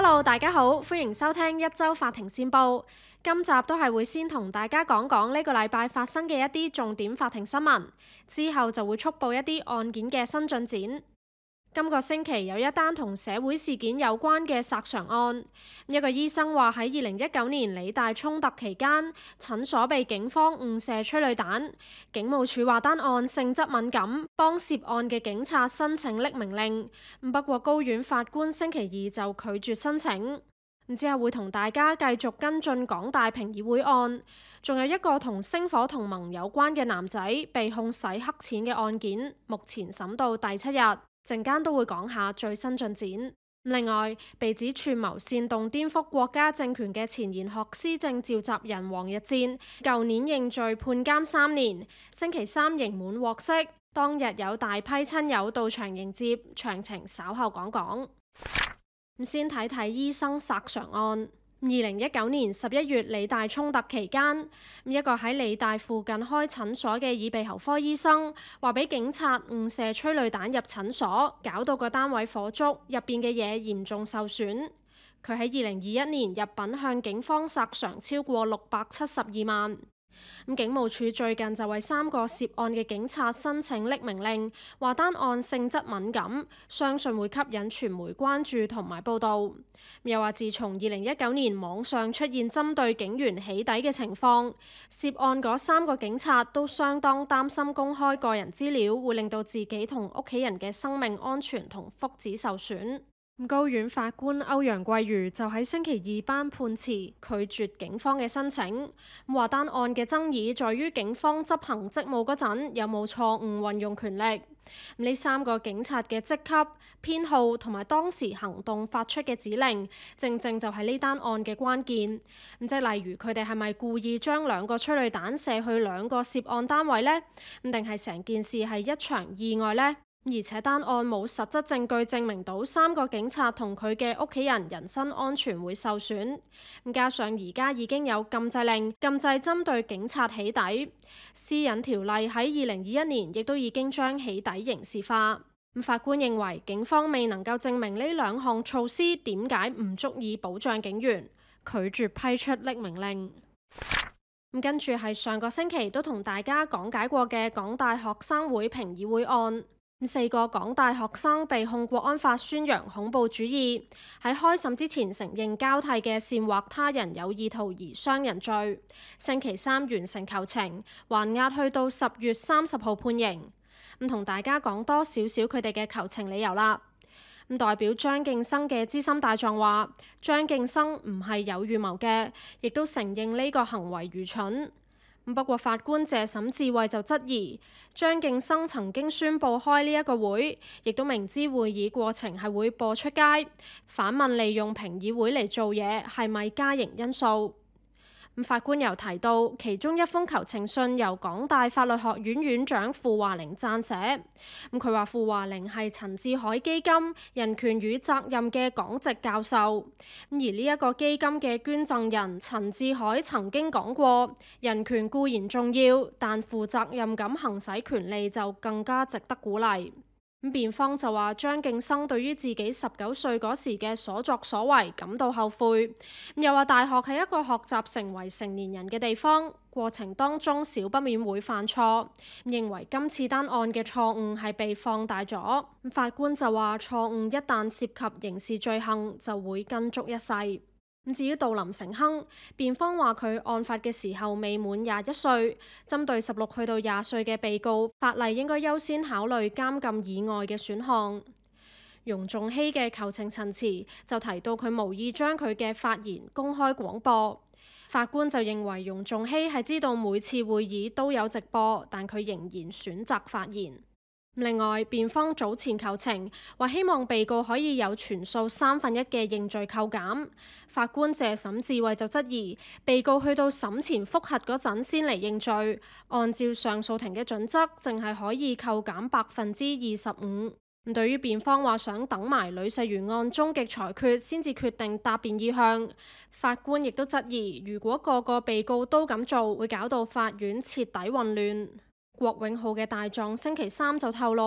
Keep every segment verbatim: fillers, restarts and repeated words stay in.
Hello， 大家好，歡迎收聽一周法庭線報。今集都係會先同大家講講呢個禮拜發生嘅一啲重點法庭新聞，之後就會速報一啲案件嘅新進展。今個星期有一單同社會事件有關嘅殺傷案，一個醫生話喺二零一九年理大衝突期間，診所被警方誤射催淚彈。警務處話單案性質敏感，幫涉案嘅警察申請匿名令。不過高院法官星期二就拒絕申請。之後會同大家繼續跟進港大評議會案，仲有一個同星火同盟有關嘅男仔被控洗黑錢嘅案件，目前審到第七日。陣間都會講下最新進展。另外，被指串謀煽動顛覆國家政權嘅前研學思政召集人王逸戰，舊年認罪判監三年，星期三刑滿獲釋。當日有大批親友到場迎接，詳情稍後講講。先睇睇醫生殺傷案。二零一九年十一月理大衝突期間，一個喺理大附近開診所嘅耳鼻喉科醫生話俾警察誤射催淚彈入診所，搞到個單位火燭，入邊嘅嘢嚴重受損。佢喺二零二一年入稟向警方索償超過六百七十二萬。咁警務處最近就為三個涉案嘅警察申請匿名令，話單案性質敏感，相信會吸引傳媒關注同埋報導。又話自從二零一九年網上出現針對警員起底嘅情況，涉案嗰三個警察都相當擔心公開個人資料會令到自己同屋企人嘅生命安全同福祉受損。高院法官歐陽桂如就喺星期二頒判詞，拒絕警方嘅申請，話單案嘅爭議在於警方執行職務嗰陣有冇錯誤運用權力。呢三個警察嘅職級、編號同埋當時行動發出嘅指令，正正就係呢單案嘅關鍵。咁即係例如佢哋係咪故意將兩個催淚彈射去兩個涉案單位呢？咁定係成件事係一場意外呢？而且單案冇實質證據證明到三個警察同佢嘅屋企人人身安全會受損。加上而家已經有禁制令，禁制針對警察起底。私隱條例喺二零二一年亦都已經將起底刑事化。法官認為警方未能夠證明呢兩項措施點解唔足以保障警員，拒絕批出匿名令。跟住係上個星期都同大家講解過嘅港大學生會評議會案。四個港大學生被控國安法宣揚恐怖主義，喺開審之前承認交替嘅煽惑他人有意圖而傷人罪。星期三完成求情，還押去到十月三十號判刑。咁同大家講多少少佢哋嘅求情理由啦。咁代表張敬生嘅資深大狀話，張敬生唔係有預謀嘅，亦都承認呢個行為愚蠢。不過法官謝沈智慧就質疑張敬生曾經宣佈開呢一個會，亦都明知會議過程係會播出街，反問利用評議會嚟做嘢係咪加刑因素？法官又提到其中一封求情信由港大法律學院院長傅華玲撰寫。咁佢話傅華玲係陳志海基金人權與責任嘅港籍教授。而呢一個基金嘅捐贈人陳志海曾經講過，人權固然重要，但負責任咁行使權利就更加值得鼓勵。咁辯方就話張敬生對於自己十九歲嗰時嘅所作所為感到後悔，又話大學係一個學習成為成年人嘅地方，過程當中少不免會犯錯，認為今次單案嘅錯誤係被放大咗。法官就話錯誤一旦涉及刑事罪行就會跟足一世。至於杜林成亨，辯方話佢案發嘅時候未滿廿一歲，針對十六去到廿歲嘅被告，法例應該優先考慮監禁以外嘅選項。容仲希嘅求情陳詞就提到佢無意將佢嘅發言公開廣播，法官就認為容仲希係知道每次會議都有直播，但佢仍然選擇發言。另外，辯方早前求情，話希望被告可以有全數三分一嘅認罪扣減。法官謝沈智慧就質疑，被告去到審前覆核嗰陣先嚟認罪，按照上訴庭嘅準則，淨係可以扣減百分之二十五。對於辯方話想等埋呂世元案終極裁決先至決定答辯意向，法官亦都質疑，如果個個被告都咁做，會搞到法院徹底混亂。郭永浩嘅大狀星期三就透露，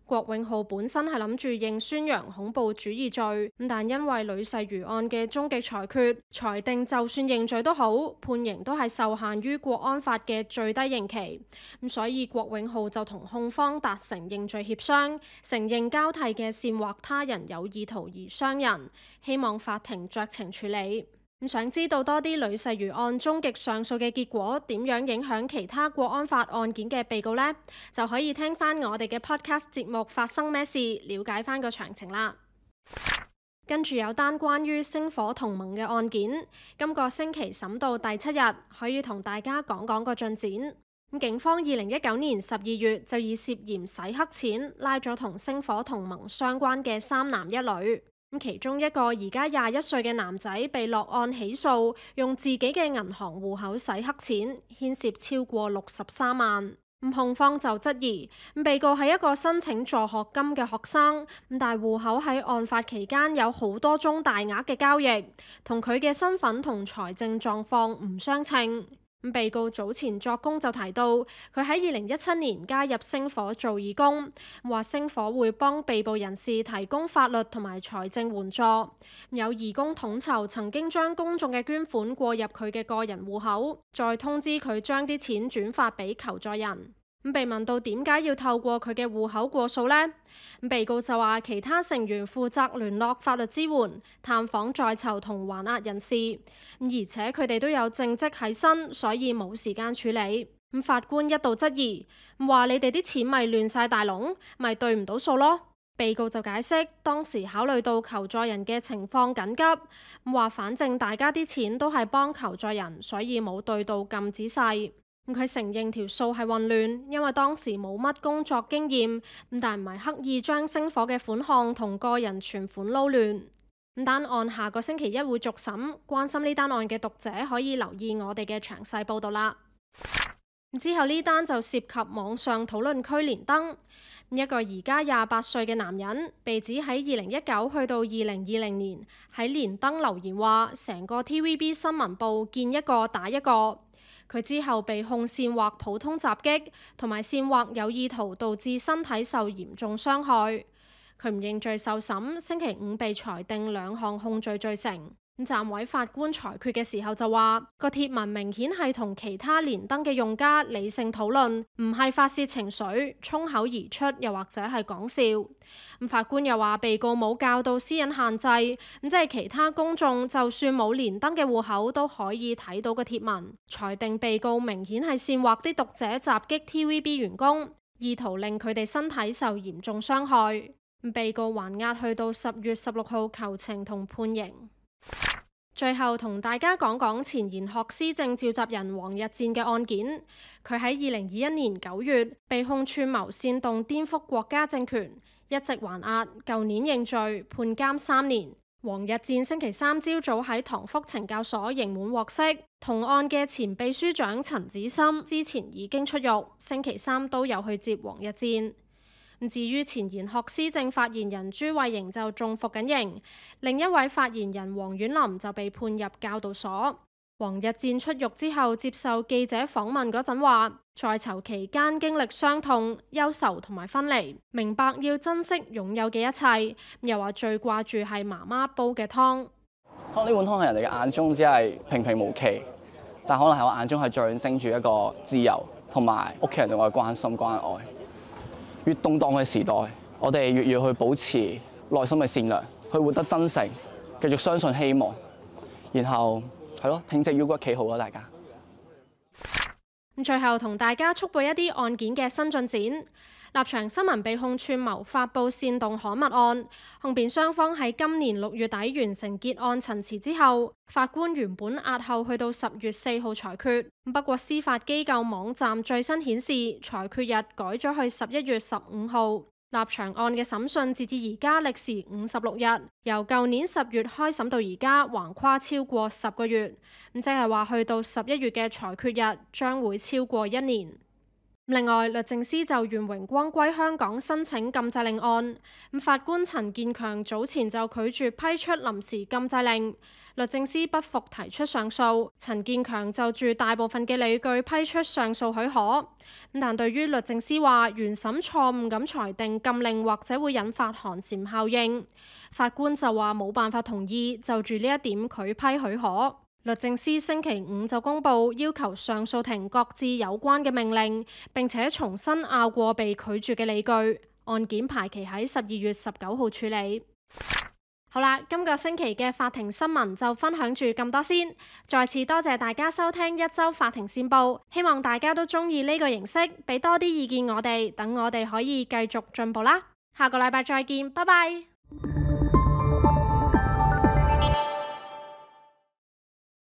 郭永浩本身係諗住認宣揚恐怖主義罪，咁但因為呂世瑜案嘅終極裁決，裁定就算認罪都好，判刑都係受限於國安法嘅最低刑期，咁所以郭永浩就同控方達成認罪協商，承認交替嘅煽惑他人有意圖而傷人，希望法庭酌情處理。咁想知道多啲呂世瑜案終極上訴嘅結果點樣影響其他國安法案件嘅被告呢？就可以聽翻我哋嘅 podcast 節目發生咩事，了解翻個詳情啦。跟住有單關於星火同盟嘅案件，今個星期審到第七日，可以同大家講講個進展。咁警方二零一九年十二月就以涉嫌洗黑錢拉咗同星火同盟相關嘅三男一女。咁其中一個而家廿一歲嘅男仔被落案起訴，用自己嘅銀行戶口洗黑錢，牽涉超過六十三萬。咁控方就質疑，被告係一個申請助學金嘅學生，咁但係戶口喺案發期間有好多宗大額嘅交易，同佢嘅身份同財政狀況唔相稱。被告早前作供就提到，佢喺二零一七年加入星火做義工，話星火會幫被捕人士提供法律同埋財政援助。有義工統籌曾經將公眾嘅捐款過入佢嘅個人戶口，再通知佢將啲錢轉發俾求助人。咁被問到點解要透過佢嘅戶口過數呢？被告就話其他成員負責聯絡法律支援、探訪在囚同還押人士，而且佢哋都有正職喺身，所以冇時間處理。咁法官一度質疑，話你哋啲錢咪亂晒大籠，咪對唔到數咯。被告就解釋當時考慮到求助人嘅情況緊急，話反正大家啲錢都係幫求助人，所以冇對到咁仔細。佢承認條數係混亂，因為當時冇乜工作經驗，但唔係刻意將星火嘅款項同個人存款撈亂。咁單案下個星期一會續審，關心呢單案嘅讀者可以留意我哋嘅詳細報導啦。之後呢單就涉及網上討論區連登，一個而家廿八歲嘅男人被指喺二零一九去到二零二零年喺連登留言話，成個 T V B 新聞部見一個打一個。佢之後被控煽惑普通襲擊，同埋煽惑有意圖導致身體受嚴重傷害。佢唔認罪受審，星期五被裁定兩項控罪罪成。暫委法官裁決嘅時候就話，個貼文明顯係同其他連登嘅用家理性討論，唔係發洩情緒、衝口而出，又或者係講笑。咁法官又話，被告冇教導私隱限制，咁即係其他公眾就算冇連登嘅戶口都可以睇到個貼文。裁定被告明顯係煽惑啲讀者襲擊 T V B 員工，意圖令佢哋身體受嚴重傷害。被告還押去到十月十六號求情同判刑。最後同大家講講前研學思政召集人王逸戰嘅案件。佢喺二零二一年九月被控串謀煽動顛覆國家政權，一直還押，舊年認罪，判監三年。王逸戰星期三朝早喺塘福懲教所刑滿獲釋。同案嘅前秘書長陳子心之前已經出獄，星期三都有去接王逸戰。至於前研學思政發言人朱慧瑩就仲服緊刑，另一位發言人黃婉琳就被判入教導所。王逸戰出獄之後接受記者訪問嗰陣話，在囚期間經歷傷痛、憂愁同埋分離，明白要珍惜擁有嘅一切，又話最掛住係媽媽煲嘅湯。 可能呢碗湯喺人哋嘅眼中只係平平無奇，但可能喺我眼中係象徵住一個自由同埋屋企人對我嘅關心關愛。越動盪嘅時代，我哋越要去保持內心嘅善良，去活得真誠，繼續相信希望，然後係咯，挺直腰骨企好啦，大家。 最後同大家速報一啲案件嘅新進展。立場新聞被控串謀發布煽動刊物案，控辯雙方喺今年六月底完成結案陳詞之後，法官原本押後去到十月四號裁決，不過司法機構網站最新顯示裁決日改咗去十一月十五號。立場案嘅審訊截至而家歷時五十六日，由舊年十月開審到而家，橫跨超過十個月，咁即係話去到十一月嘅裁決日將會超過一年。 另外，律政司就願榮光歸香港申請禁制令案，咁法官陳建強早前就拒絕批出臨時禁制令，律政司不服提出上訴，陳建強就住大部分嘅理據批出上訴許可。但對於律政司話原審錯誤咁裁定禁令或者會引發寒蟬效應，法官就話冇辦法同意，就住呢一點拒批許可。律政司星期五就公佈要求上訴庭擱置有關嘅命令，並且重新拗過被拒絕嘅理據。案件排期喺十二月十九號處理。好啦，今個星期嘅法庭新聞就分享住咁多先。再次多謝大家收聽一周法庭線報，希望大家都中意呢個形式，俾多啲意見我哋，等我哋可以繼續進步啦。下個禮拜再見，拜拜。